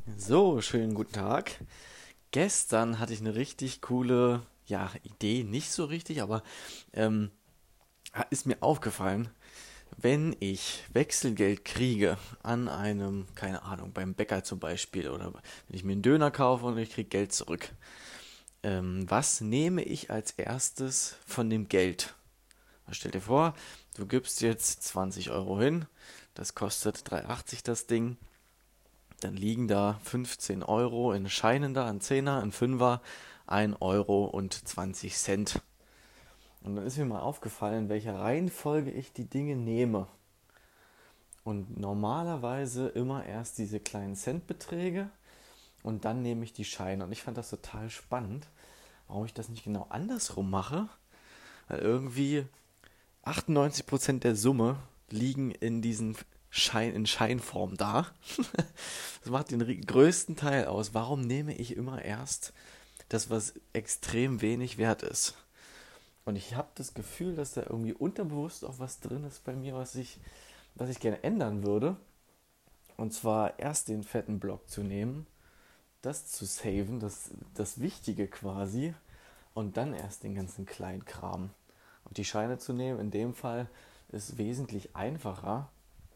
So, schönen guten Tag. Gestern hatte ich eine richtig coole, Idee, nicht so richtig, aber ähm, ist mir aufgefallen, wenn ich Wechselgeld kriege an einem, keine Ahnung, beim Bäcker zum Beispiel, oder wenn ich mir einen Döner kaufe und ich kriege Geld zurück, was nehme ich als erstes von dem Geld? Stell dir vor, du gibst jetzt 20 Euro hin, das kostet 3,80 das Ding. Dann liegen da 15 Euro in Scheinen da, ein Zehner, ein Fünfer, 1,20 Euro. Und dann ist mir mal aufgefallen, in welcher Reihenfolge ich die Dinge nehme. Und normalerweise immer erst diese kleinen Centbeträge und dann nehme ich die Scheine. Und ich fand das total spannend, warum ich das nicht genau andersrum mache. Weil irgendwie 98% der Summe liegen in diesen in Scheinform da. Das macht den größten Teil aus. Warum nehme ich immer erst das, was extrem wenig wert ist? Und ich habe das Gefühl, dass da irgendwie unterbewusst auch was drin ist bei mir, was ich gerne ändern würde. Und zwar erst den fetten Block zu nehmen, das zu saven, das Wichtige quasi, und dann erst den ganzen Kleinkram. Und die Scheine zu nehmen, in dem Fall, ist wesentlich einfacher.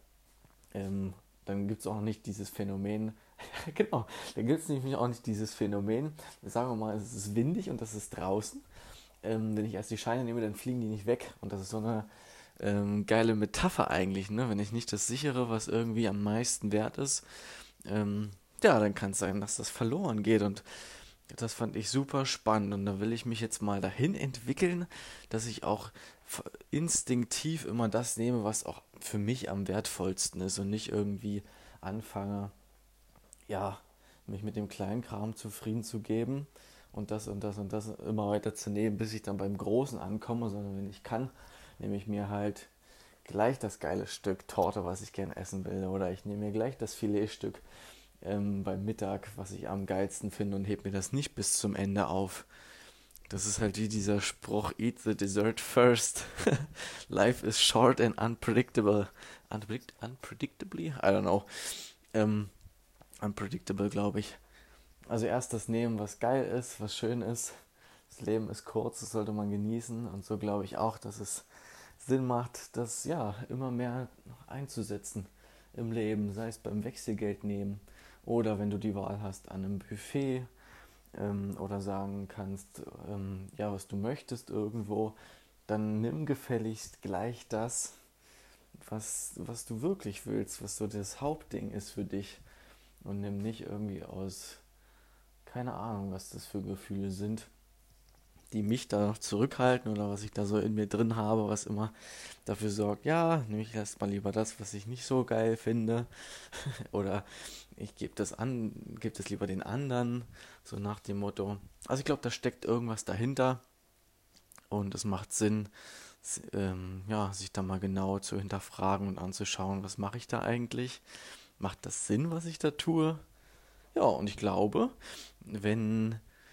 Dann gibt es auch nicht dieses Phänomen, genau, dann gibt es nämlich auch nicht dieses Phänomen, sagen wir mal, es ist windig und das ist draußen. Wenn ich erst die Scheine nehme, dann fliegen die nicht weg. Und das ist so eine geile Metapher eigentlich, ne? Wenn ich nicht das sichere, was irgendwie am meisten wert ist, dann kann es sein, dass das verloren geht. Und das fand ich super spannend. Und da will ich mich jetzt mal dahin entwickeln, dass ich auch instinktiv immer das nehme, was auch für mich am wertvollsten ist und nicht irgendwie anfange, ja, mich mit dem kleinen Kram zufrieden zu geben und das und das und das immer weiter zu nehmen, bis ich dann beim Großen ankomme, sondern wenn ich kann, nehme ich mir halt gleich das geile Stück Torte, was ich gern essen will, oder ich nehme mir gleich das Filetstück beim Mittag, was ich am geilsten finde, und hebe mir das nicht bis zum Ende auf. Das ist halt wie dieser Spruch, eat the dessert first. Life is short and unpredictable. Unpredictably? I don't know. Ähm, Unpredictable, glaube ich. Also erst das nehmen, was geil ist, was schön ist. Das Leben ist kurz, das sollte man genießen. Und so glaube ich auch, dass es Sinn macht, das ja immer mehr einzusetzen im Leben. Sei es beim Wechselgeld nehmen oder wenn du die Wahl hast an einem Buffet, oder sagen kannst, was du möchtest irgendwo, dann nimm gefälligst gleich das, was du wirklich willst, was so das Hauptding ist für dich, und nimm nicht irgendwie aus, keine Ahnung, was das für Gefühle sind, die mich da noch zurückhalten oder was ich da so in mir drin habe, was immer dafür sorgt, ja, nehme ich erstmal lieber das, was ich nicht so geil finde, oder ich gebe das lieber den anderen, so nach dem Motto. Also ich glaube, da steckt irgendwas dahinter und es macht Sinn, sich da mal genau zu hinterfragen und anzuschauen, was mache ich da eigentlich? Macht das Sinn, was ich da tue? Ja, und ich glaube, wenn,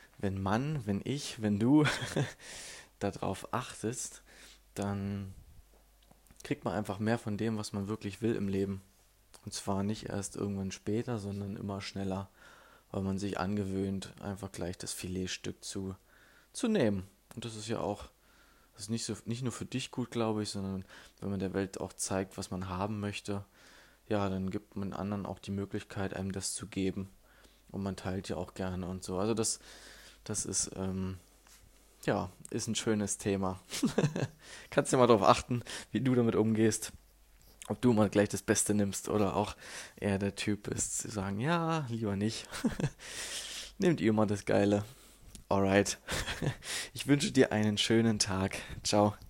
wenn du darauf achtest, dann kriegt man einfach mehr von dem, was man wirklich will im Leben. Und zwar nicht erst irgendwann später, sondern immer schneller, weil man sich angewöhnt, einfach gleich das Filetstück zu nehmen. Und das ist ja auch, das ist nicht nur für dich gut, glaube ich, sondern wenn man der Welt auch zeigt, was man haben möchte, ja, dann gibt man anderen auch die Möglichkeit, einem das zu geben. Und man teilt ja auch gerne und so. Also das ist, ist ein schönes Thema. Kannst du mal darauf achten, wie du damit umgehst. Ob du mal gleich das Beste nimmst oder auch eher der Typ bist, zu sagen, ja, lieber nicht. Nehmt ihr mal das Geile. Alright. Ich wünsche dir einen schönen Tag. Ciao.